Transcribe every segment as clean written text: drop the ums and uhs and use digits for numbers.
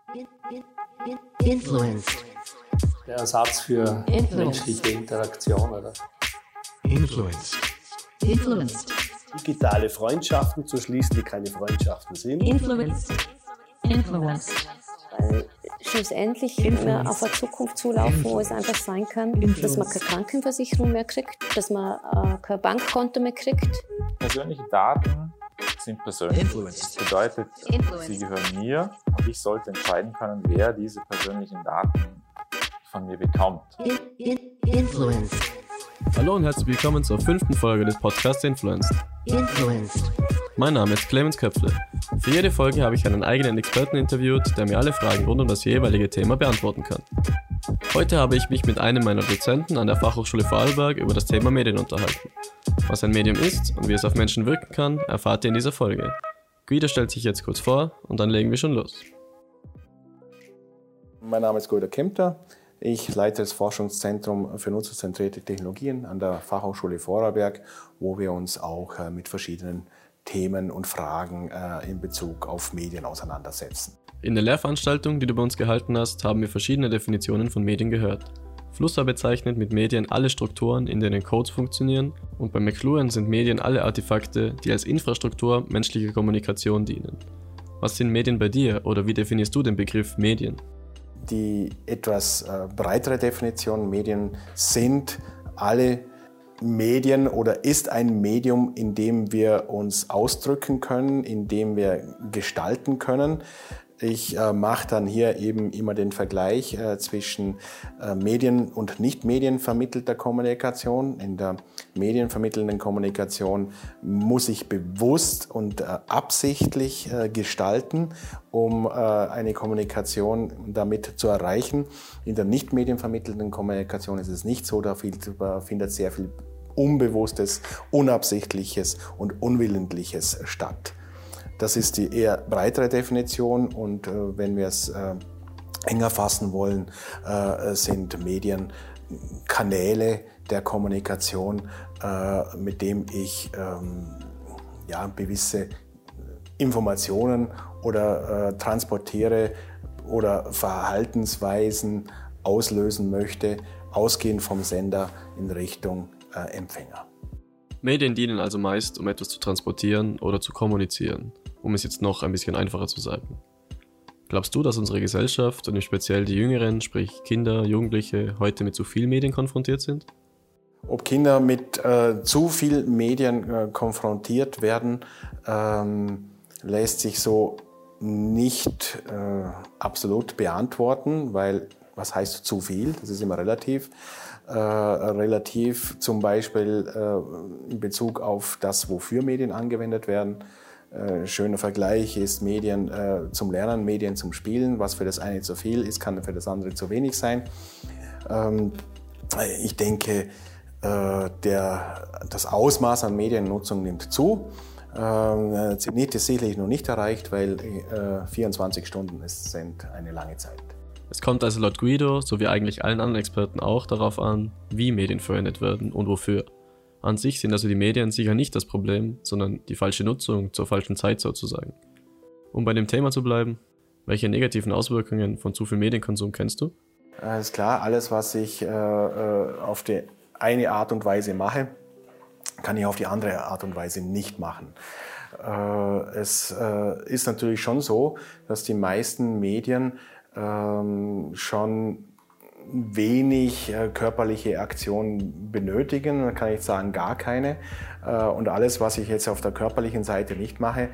Influenced. Der Ersatz für menschliche Interaktion, oder? Influenced. Digitale Freundschaften zu schließen, die keine Freundschaften sind. Influenced. Weil schlussendlich wir auf eine Zukunft zulaufen, wo es einfach sein kann, dass man keine Krankenversicherung mehr kriegt, dass man kein Bankkonto mehr kriegt. Persönliche Daten sind persönlich. Das bedeutet, sie gehören mir und ich sollte entscheiden können, wer diese persönlichen Daten von mir bekommt. Influenced. Hallo und herzlich willkommen zur 5. Folge des Podcasts Influenced. Mein Name ist Clemens Köpfle. Für jede Folge habe ich einen eigenen Experten interviewt, der mir alle Fragen rund um das jeweilige Thema beantworten kann. Heute habe ich mich mit einem meiner Dozenten an der Fachhochschule Vorarlberg über das Thema Medien unterhalten. Was ein Medium ist und wie es auf Menschen wirken kann, erfahrt ihr in dieser Folge. Guido stellt sich jetzt kurz vor und dann legen wir schon los. Mein Name ist Guido Kempter. Ich leite das Forschungszentrum für nutzerzentrierte Technologien an der Fachhochschule Vorarlberg, wo wir uns auch mit verschiedenen Themen und Fragen in Bezug auf Medien auseinandersetzen. In der Lehrveranstaltung, die du bei uns gehalten hast, haben wir verschiedene Definitionen von Medien gehört. Flusser bezeichnet mit Medien alle Strukturen, in denen Codes funktionieren, und bei McLuhan sind Medien alle Artefakte, die als Infrastruktur menschlicher Kommunikation dienen. Was sind Medien bei dir oder wie definierst du den Begriff Medien? Die etwas breitere Definition: Medien sind alle Medien oder ist ein Medium, in dem wir uns ausdrücken können, in dem wir gestalten können. Ich mache dann hier eben immer den Vergleich zwischen Medien- und nicht medienvermittelter Kommunikation. In der medienvermittelnden Kommunikation muss ich bewusst und absichtlich gestalten, um eine Kommunikation damit zu erreichen. In der nicht medienvermittelnden Kommunikation ist es nicht so, da findet sehr viel Unbewusstes, Unabsichtliches und Unwillentliches statt. Das ist die eher breitere Definition, und wenn wir es enger fassen wollen, sind Medien Kanäle der Kommunikation, mit dem ich gewisse Informationen oder transportiere oder Verhaltensweisen auslösen möchte, ausgehend vom Sender in Richtung Empfänger. Medien dienen also meist, um etwas zu transportieren oder zu kommunizieren, um es jetzt noch ein bisschen einfacher zu sagen. Glaubst du, dass unsere Gesellschaft und im Speziell die Jüngeren, sprich Kinder, Jugendliche, heute mit zu viel Medien konfrontiert sind? Ob Kinder mit zu viel Medien konfrontiert werden, lässt sich so nicht absolut beantworten, weil was heißt zu viel? Das ist immer relativ. Relativ zum Beispiel in Bezug auf das, wofür Medien angewendet werden. Schöner Vergleich ist Medien zum Lernen, Medien zum Spielen. Was für das eine zu viel ist, kann für das andere zu wenig sein. Ich denke, das Ausmaß an Mediennutzung nimmt zu. Zenit ist sicherlich noch nicht erreicht, weil 24 Stunden sind eine lange Zeit. Es kommt also laut Guido, so wie eigentlich allen anderen Experten auch, darauf an, wie Medien verwendet werden und wofür. An sich sind also die Medien sicher nicht das Problem, sondern die falsche Nutzung zur falschen Zeit sozusagen. Um bei dem Thema zu bleiben, welche negativen Auswirkungen von zu viel Medienkonsum kennst du? Ist klar, alles, was ich auf die eine Art und Weise mache, kann ich auf die andere Art und Weise nicht machen. Es ist natürlich schon so, dass die meisten Medien schon wenig körperliche Aktion benötigen, man kann nicht sagen gar keine. Und alles, was ich jetzt auf der körperlichen Seite nicht mache,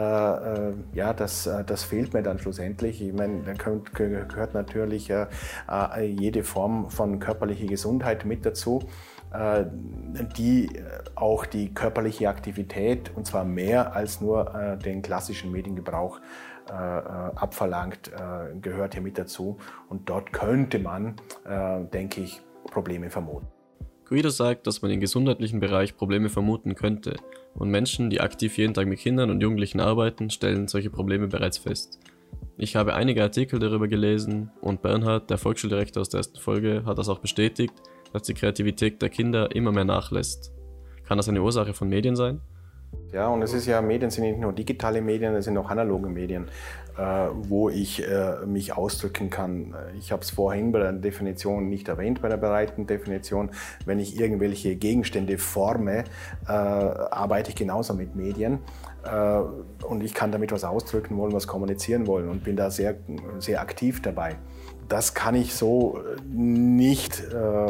das fehlt mir dann schlussendlich. Ich meine, da gehört natürlich jede Form von körperlicher Gesundheit mit dazu, die auch die körperliche Aktivität, und zwar mehr als nur den klassischen Mediengebrauch, abverlangt, gehört hier mit dazu. Und dort könnte man, denke ich, Probleme vermuten. Guido sagt, dass man im gesundheitlichen Bereich Probleme vermuten könnte, und Menschen, die aktiv jeden Tag mit Kindern und Jugendlichen arbeiten, stellen solche Probleme bereits fest. Ich habe einige Artikel darüber gelesen, und Bernhard, der Volksschuldirektor aus der ersten Folge, hat das auch bestätigt, dass die Kreativität der Kinder immer mehr nachlässt. Kann das eine Ursache von Medien sein? Ja, und es ist ja, Medien sind nicht nur digitale Medien, es sind auch analoge Medien. wo ich mich ausdrücken kann. Ich habe es vorhin bei der Definition nicht erwähnt, bei der breiten Definition. Wenn ich irgendwelche Gegenstände forme, arbeite ich genauso mit Medien. Und ich kann damit was ausdrücken wollen, was kommunizieren wollen und bin da sehr, sehr aktiv dabei. Das kann ich so nicht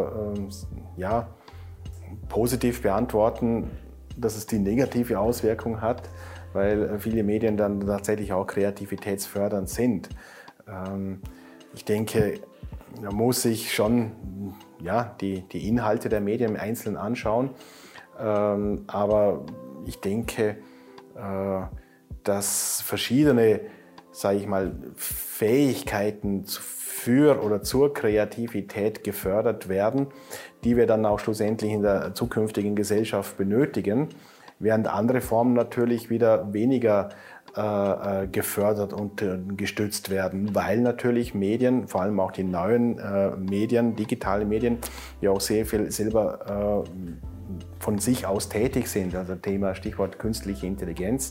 positiv beantworten, dass es die negative Auswirkung hat, weil viele Medien dann tatsächlich auch kreativitätsfördernd sind. Ich denke, da muss ich schon die Inhalte der Medien im Einzelnen anschauen, aber ich denke, dass verschiedene, sage ich mal, Fähigkeiten für oder zur Kreativität gefördert werden, die wir dann auch schlussendlich in der zukünftigen Gesellschaft benötigen, während andere Formen natürlich wieder weniger gefördert und gestützt werden, weil natürlich Medien, vor allem auch die neuen Medien, digitale Medien, ja auch sehr viel selber von sich aus tätig sind. Also Thema Stichwort künstliche Intelligenz,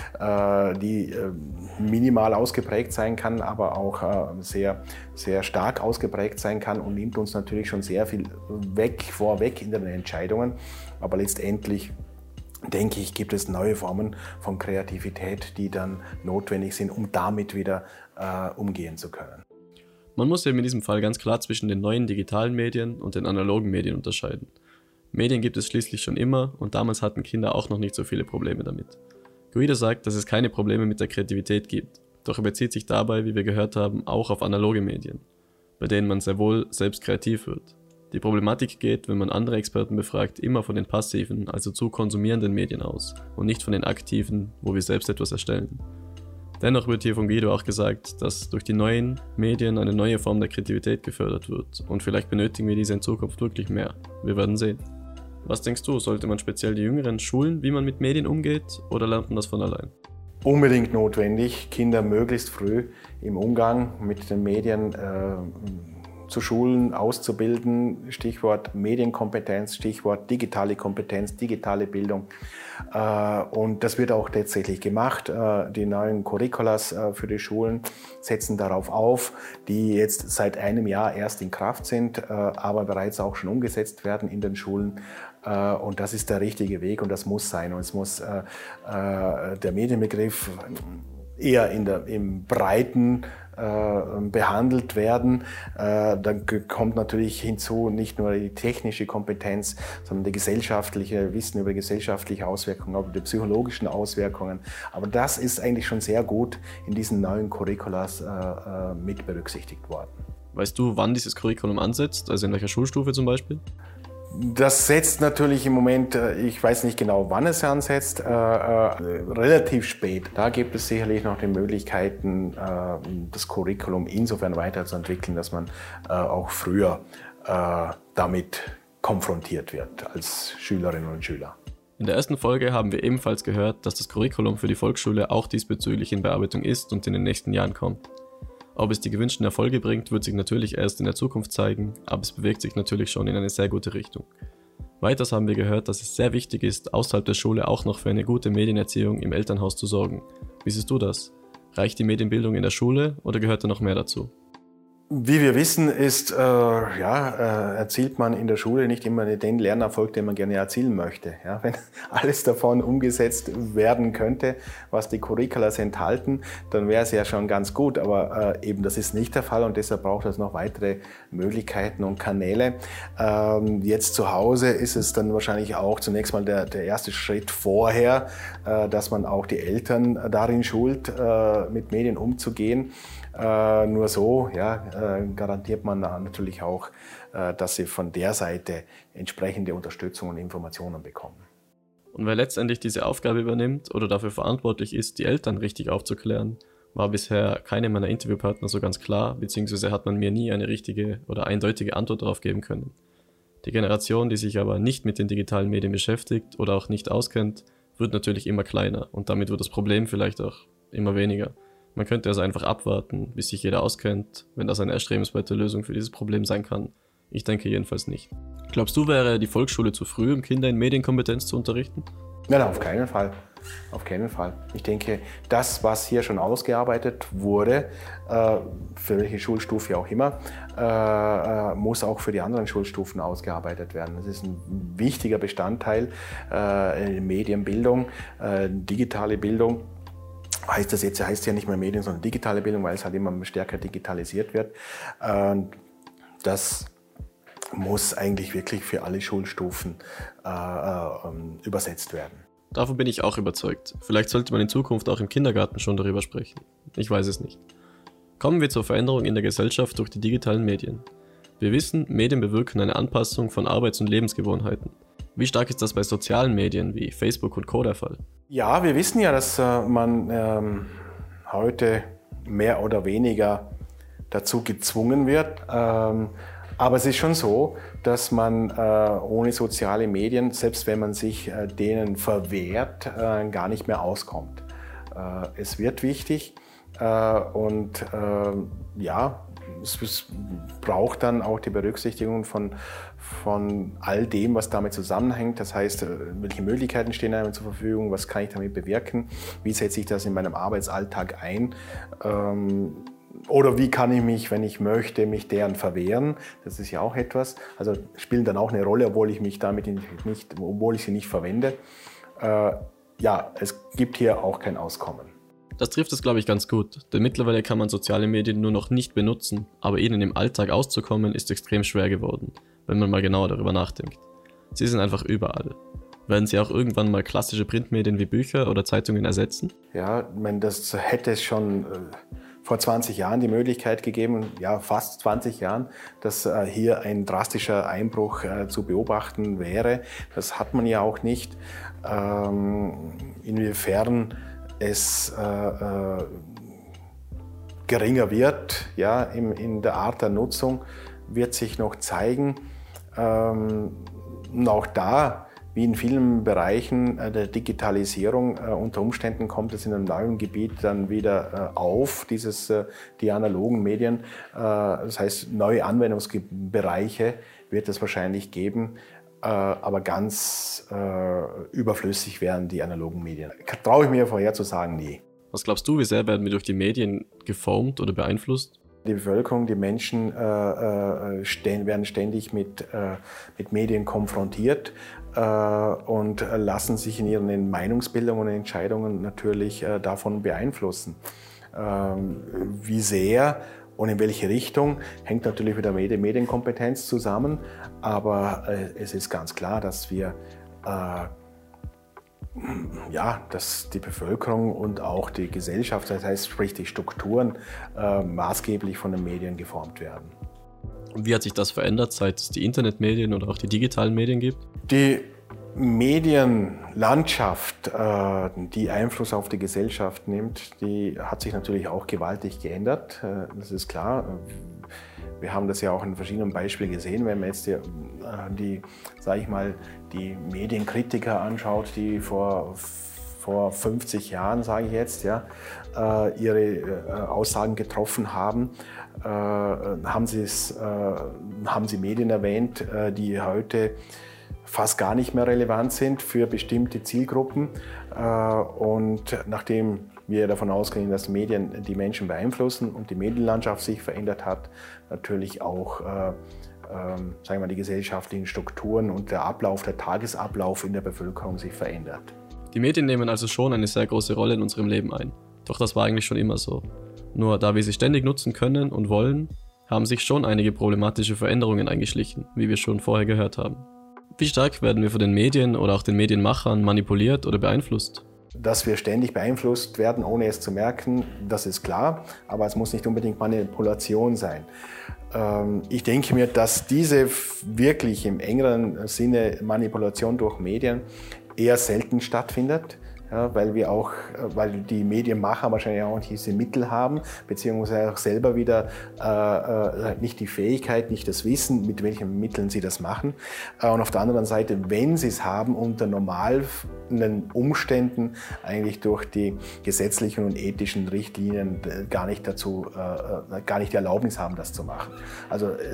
die minimal ausgeprägt sein kann, aber auch sehr, sehr stark ausgeprägt sein kann und nimmt uns natürlich schon sehr viel vorweg in den Entscheidungen. Aber letztendlich, denke ich, gibt es neue Formen von Kreativität, die dann notwendig sind, um damit wieder umgehen zu können. Man muss eben in diesem Fall ganz klar zwischen den neuen digitalen Medien und den analogen Medien unterscheiden. Medien gibt es schließlich schon immer und damals hatten Kinder auch noch nicht so viele Probleme damit. Guido sagt, dass es keine Probleme mit der Kreativität gibt, doch er bezieht sich dabei, wie wir gehört haben, auch auf analoge Medien, bei denen man sehr wohl selbst kreativ wird. Die Problematik geht, wenn man andere Experten befragt, immer von den passiven, also zu konsumierenden Medien aus und nicht von den aktiven, wo wir selbst etwas erstellen. Dennoch wird hier von Guido auch gesagt, dass durch die neuen Medien eine neue Form der Kreativität gefördert wird und vielleicht benötigen wir diese in Zukunft wirklich mehr. Wir werden sehen. Was denkst du, sollte man speziell die Jüngeren schulen, wie man mit Medien umgeht, oder lernt man das von allein? Unbedingt notwendig, Kinder möglichst früh im Umgang mit den Medien zu schulen, auszubilden. Stichwort Medienkompetenz, Stichwort digitale Kompetenz, digitale Bildung. Und das wird auch tatsächlich gemacht. Die neuen Curriculas für die Schulen setzen darauf auf, die jetzt seit einem Jahr erst in Kraft sind, aber bereits auch schon umgesetzt werden in den Schulen. Und das ist der richtige Weg und das muss sein. Und es muss der Medienbegriff eher im Breiten behandelt werden. Dann kommt natürlich hinzu nicht nur die technische Kompetenz, sondern die gesellschaftliche Wissen über gesellschaftliche Auswirkungen, über die psychologischen Auswirkungen. Aber das ist eigentlich schon sehr gut in diesen neuen Curriculas mit berücksichtigt worden. Weißt du, wann dieses Curriculum ansetzt? Also in welcher Schulstufe zum Beispiel? Das setzt natürlich im Moment, ich weiß nicht genau, wann es ansetzt, relativ spät. Da gibt es sicherlich noch die Möglichkeiten, das Curriculum insofern weiterzuentwickeln, dass man auch früher damit konfrontiert wird als Schülerinnen und Schüler. In der ersten Folge haben wir ebenfalls gehört, dass das Curriculum für die Volksschule auch diesbezüglich in Bearbeitung ist und in den nächsten Jahren kommt. Ob es die gewünschten Erfolge bringt, wird sich natürlich erst in der Zukunft zeigen, aber es bewegt sich natürlich schon in eine sehr gute Richtung. Weiters haben wir gehört, dass es sehr wichtig ist, außerhalb der Schule auch noch für eine gute Medienerziehung im Elternhaus zu sorgen. Wie siehst du das? Reicht die Medienbildung in der Schule oder gehört da noch mehr dazu? Wie wir wissen, erzielt man in der Schule nicht immer den Lernerfolg, den man gerne erzielen möchte. Ja, wenn alles davon umgesetzt werden könnte, was die Curriculas enthalten, dann wäre es ja schon ganz gut. Aber eben das ist nicht der Fall und deshalb braucht es noch weitere Möglichkeiten und Kanäle. Jetzt zu Hause ist es dann wahrscheinlich auch zunächst mal der erste Schritt vorher, dass man auch die Eltern darin schult, mit Medien umzugehen. Nur so garantiert man natürlich auch, dass sie von der Seite entsprechende Unterstützung und Informationen bekommen. Und wer letztendlich diese Aufgabe übernimmt oder dafür verantwortlich ist, die Eltern richtig aufzuklären, war bisher keinem meiner Interviewpartner so ganz klar, beziehungsweise hat man mir nie eine richtige oder eindeutige Antwort darauf geben können. Die Generation, die sich aber nicht mit den digitalen Medien beschäftigt oder auch nicht auskennt, wird natürlich immer kleiner und damit wird das Problem vielleicht auch immer weniger. Man könnte also einfach abwarten, bis sich jeder auskennt, wenn das eine erstrebenswerte Lösung für dieses Problem sein kann. Ich denke jedenfalls nicht. Glaubst du, wäre die Volksschule zu früh, um Kinder in Medienkompetenz zu unterrichten? Nein, auf keinen Fall. auf keinen Fall. Ich denke, das, was hier schon ausgearbeitet wurde, für welche Schulstufe auch immer, muss auch für die anderen Schulstufen ausgearbeitet werden. Das ist ein wichtiger Bestandteil Medienbildung, digitale Bildung. Heißt ja nicht mehr Medien, sondern digitale Bildung, weil es halt immer stärker digitalisiert wird. Das muss eigentlich wirklich für alle Schulstufen übersetzt werden. Davon bin ich auch überzeugt. Vielleicht sollte man in Zukunft auch im Kindergarten schon darüber sprechen. Ich weiß es nicht. Kommen wir zur Veränderung in der Gesellschaft durch die digitalen Medien. Wir wissen, Medien bewirken eine Anpassung von Arbeits- und Lebensgewohnheiten. Wie stark ist das bei sozialen Medien wie Facebook und Co. der Fall? Ja, wir wissen ja, dass man heute mehr oder weniger dazu gezwungen wird. Aber es ist schon so, dass man ohne soziale Medien, selbst wenn man sich denen verwehrt, gar nicht mehr auskommt. Es wird wichtig und es braucht dann auch die Berücksichtigung von all dem, was damit zusammenhängt. Das heißt, welche Möglichkeiten stehen einem zur Verfügung, was kann ich damit bewirken, wie setze ich das in meinem Arbeitsalltag ein. Oder wie kann ich mich, wenn ich möchte, mich deren verwehren? Das ist ja auch etwas. Also spielen dann auch eine Rolle, obwohl ich sie nicht verwende. Es gibt hier auch kein Auskommen. Das trifft es, glaube ich, ganz gut, denn mittlerweile kann man soziale Medien nur noch nicht benutzen, aber ihnen im Alltag auszukommen ist extrem schwer geworden, wenn man mal genauer darüber nachdenkt. Sie sind einfach überall. Werden sie auch irgendwann mal klassische Printmedien wie Bücher oder Zeitungen ersetzen? Ja, das hätte es schon vor 20 Jahren die Möglichkeit gegeben, ja fast 20 Jahren, dass hier ein drastischer Einbruch zu beobachten wäre. Das hat man ja auch nicht. Inwiefern es geringer wird, ja, in der Art der Nutzung, wird sich noch zeigen. Und auch da, wie in vielen Bereichen der Digitalisierung, unter Umständen kommt es in einem neuen Gebiet dann wieder auf, die analogen Medien. Das heißt, neue Anwendungsbereiche wird es wahrscheinlich geben. Aber ganz überflüssig wären die analogen Medien. Traue ich mir vorherzusagen, nie. Was glaubst du, wie sehr werden wir durch die Medien geformt oder beeinflusst? Die Bevölkerung, die Menschen werden ständig mit Medien konfrontiert und lassen sich in ihren Meinungsbildungen und Entscheidungen natürlich davon beeinflussen. Wie sehr und in welche Richtung, hängt natürlich mit der Medienkompetenz zusammen, aber es ist ganz klar, dass dass die Bevölkerung und auch die Gesellschaft, das heißt sprich die Strukturen, maßgeblich von den Medien geformt werden. Und wie hat sich das verändert, seit es die Internetmedien oder auch die digitalen Medien gibt? Die Medienlandschaft, die Einfluss auf die Gesellschaft nimmt, die hat sich natürlich auch gewaltig geändert. Das ist klar. Wir haben das ja auch in verschiedenen Beispielen gesehen, wenn man jetzt die Medienkritiker anschaut, die vor 50 Jahren, sage ich jetzt, ja, ihre Aussagen getroffen haben, haben sie Medien erwähnt, die heute fast gar nicht mehr relevant sind für bestimmte Zielgruppen. Und nachdem wir davon ausgehen, dass Medien die Menschen beeinflussen und die Medienlandschaft sich verändert hat, natürlich auch die gesellschaftlichen Strukturen und der Tagesablauf in der Bevölkerung sich verändert. Die Medien nehmen also schon eine sehr große Rolle in unserem Leben ein. Doch das war eigentlich schon immer so. Nur da wir sie ständig nutzen können und wollen, haben sich schon einige problematische Veränderungen eingeschlichen, wie wir schon vorher gehört haben. Wie stark werden wir von den Medien oder auch den Medienmachern manipuliert oder beeinflusst? Dass wir ständig beeinflusst werden, ohne es zu merken, das ist klar, aber es muss nicht unbedingt Manipulation sein. Ich denke mir, dass diese wirklich im engeren Sinne Manipulation durch Medien eher selten stattfindet. Ja, weil die Medienmacher wahrscheinlich auch diese Mittel haben, beziehungsweise auch selber wieder nicht die Fähigkeit, nicht das Wissen, mit welchen Mitteln sie das machen. Und auf der anderen Seite, wenn sie es haben, unter normalen Umständen eigentlich durch die gesetzlichen und ethischen Richtlinien gar nicht die Erlaubnis haben, das zu machen. Also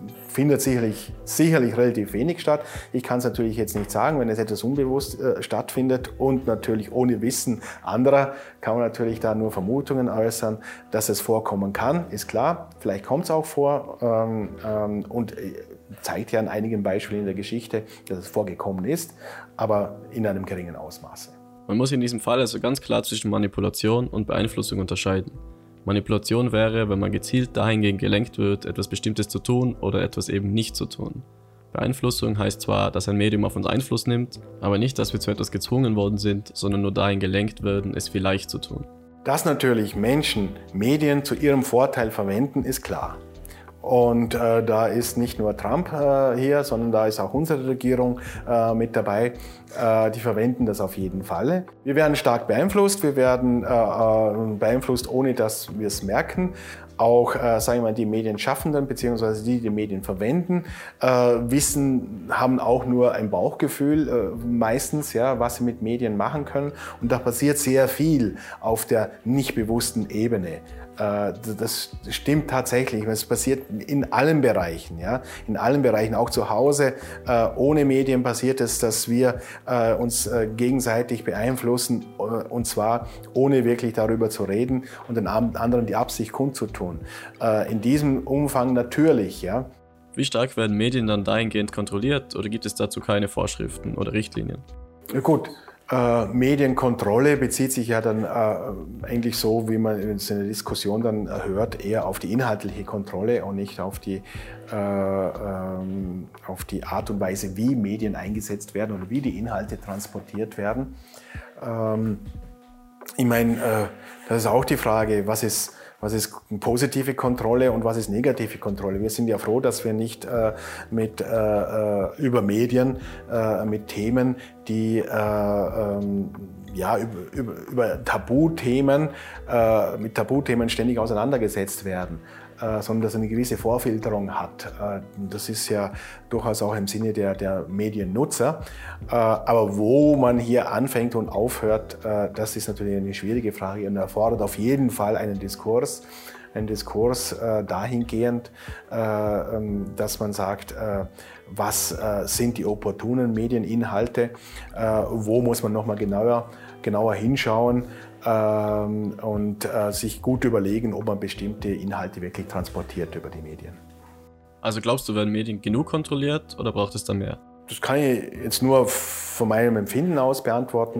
findet sicherlich relativ wenig statt. Ich kann es natürlich jetzt nicht sagen, wenn es etwas unbewusst stattfindet und natürlich ohne Wissen anderer, kann man natürlich da nur Vermutungen äußern, dass es vorkommen kann, ist klar. Vielleicht kommt es auch vor und zeigt ja an einigen Beispielen in der Geschichte, dass es vorgekommen ist, aber in einem geringen Ausmaße. Man muss in diesem Fall also ganz klar zwischen Manipulation und Beeinflussung unterscheiden. Manipulation wäre, wenn man gezielt dahingehend gelenkt wird, etwas Bestimmtes zu tun oder etwas eben nicht zu tun. Beeinflussung heißt zwar, dass ein Medium auf uns Einfluss nimmt, aber nicht, dass wir zu etwas gezwungen worden sind, sondern nur dahin gelenkt werden, es vielleicht zu tun. Dass natürlich Menschen Medien zu ihrem Vorteil verwenden, ist klar. Und da ist nicht nur Trump hier, sondern da ist auch unsere Regierung mit dabei. Die verwenden das auf jeden Fall. Wir werden stark beeinflusst, wir werden beeinflusst, ohne dass wir es merken. Auch, sagen wir mal, die Medienschaffenden bzw. die Medien verwenden, haben auch nur ein Bauchgefühl meistens, ja, was sie mit Medien machen können. Und da passiert sehr viel auf der nicht bewussten Ebene. Das stimmt tatsächlich. Es passiert in allen Bereichen, ja, in allen Bereichen, auch zu Hause. Ohne Medien passiert es, dass wir uns gegenseitig beeinflussen, und zwar ohne wirklich darüber zu reden und den anderen die Absicht kundzutun. In diesem Umfang natürlich, ja. Wie stark werden Medien dann dahingehend kontrolliert oder gibt es dazu keine Vorschriften oder Richtlinien? Gut. Medienkontrolle bezieht sich ja dann eigentlich so, wie man in einer Diskussion dann hört, eher auf die inhaltliche Kontrolle und nicht auf die Art und Weise, wie Medien eingesetzt werden oder wie die Inhalte transportiert werden. Ich meine, das ist auch die Frage, was ist positive Kontrolle und was ist negative Kontrolle. Wir sind ja froh, dass wir nicht über Medien, mit Themen, die über Tabuthemen, mit Tabuthemen ständig auseinandergesetzt werden, sondern dass eine gewisse Vorfilterung hat. Das ist ja durchaus auch im Sinne der Mediennutzer. Aber wo man hier anfängt und aufhört, das ist natürlich eine schwierige Frage und erfordert auf jeden Fall einen Diskurs. Ein Diskurs dahingehend, dass man sagt, was sind die opportunen Medieninhalte, wo muss man nochmal genauer hinschauen und sich gut überlegen, ob man bestimmte Inhalte wirklich transportiert über die Medien. Also glaubst du, werden Medien genug kontrolliert oder braucht es da mehr? Das kann ich jetzt nur von meinem Empfinden aus beantworten.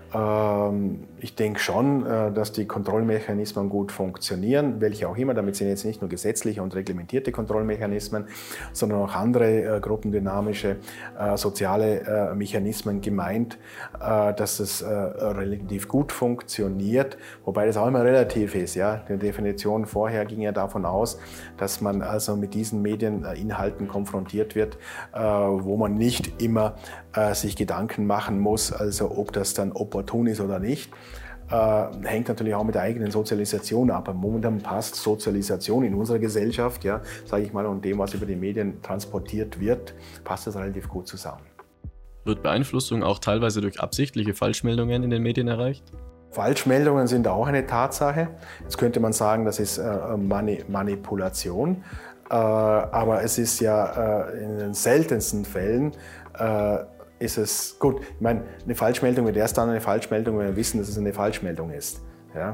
Ich denke schon, dass die Kontrollmechanismen gut funktionieren, welche auch immer. Damit sind jetzt nicht nur gesetzliche und reglementierte Kontrollmechanismen, sondern auch andere gruppendynamische, soziale Mechanismen gemeint, dass es relativ gut funktioniert, wobei das auch immer relativ ist. Ja? Die Definition vorher ging ja davon aus, dass man also mit diesen Medieninhalten konfrontiert wird, wo man nicht immer sich Gedanken machen muss, also ob das dann opportun ist oder nicht. Hängt natürlich auch mit der eigenen Sozialisation ab. Momentan passt Sozialisation in unserer Gesellschaft, ja, sage ich mal, und dem, was über die Medien transportiert wird, passt das relativ gut zusammen. Wird Beeinflussung auch teilweise durch absichtliche Falschmeldungen in den Medien erreicht? Falschmeldungen sind auch eine Tatsache. Jetzt könnte man sagen, das ist Manipulation. Aber es ist ja in den seltensten Fällen ist es gut. Ich meine, eine Falschmeldung wird erst dann eine Falschmeldung, wenn wir wissen, dass es eine Falschmeldung ist. Ja?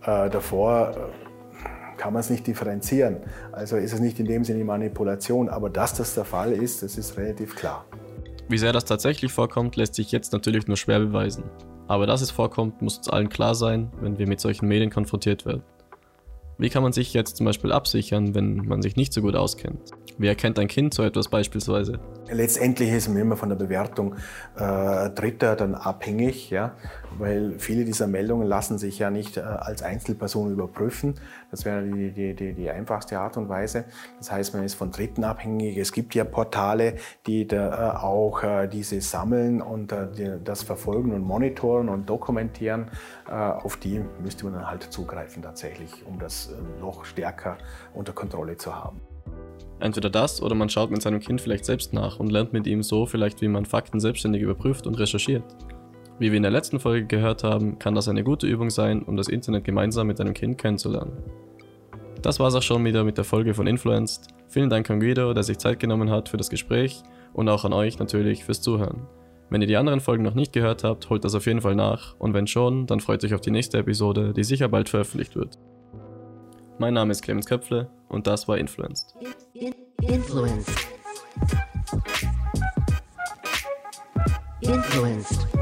Davor kann man es nicht differenzieren. Also ist es nicht in dem Sinne Manipulation, aber dass das der Fall ist, das ist relativ klar. Wie sehr das tatsächlich vorkommt, lässt sich jetzt natürlich nur schwer beweisen. Aber dass es vorkommt, muss uns allen klar sein, wenn wir mit solchen Medien konfrontiert werden. Wie kann man sich jetzt zum Beispiel absichern, wenn man sich nicht so gut auskennt? Wie erkennt ein Kind so etwas beispielsweise? Letztendlich ist man immer von der Bewertung Dritter dann abhängig, ja, weil viele dieser Meldungen lassen sich ja nicht als Einzelperson überprüfen. Das wäre die einfachste Art und Weise. Das heißt, man ist von Dritten abhängig. Es gibt ja Portale, die auch diese sammeln und das verfolgen und monitoren und dokumentieren. Auf die müsste man dann halt zugreifen tatsächlich, um das noch stärker unter Kontrolle zu haben. Entweder das oder man schaut mit seinem Kind vielleicht selbst nach und lernt mit ihm so vielleicht, wie man Fakten selbstständig überprüft und recherchiert. Wie wir in der letzten Folge gehört haben, kann das eine gute Übung sein, um das Internet gemeinsam mit einem Kind kennenzulernen. Das war's auch schon wieder mit der Folge von Influenced. Vielen Dank an Guido, der sich Zeit genommen hat für das Gespräch und auch an euch natürlich fürs Zuhören. Wenn ihr die anderen Folgen noch nicht gehört habt, holt das auf jeden Fall nach und wenn schon, dann freut euch auf die nächste Episode, die sicher bald veröffentlicht wird. Mein Name ist Clemens Köpfle und das war Influenced. Influenced. Influenced.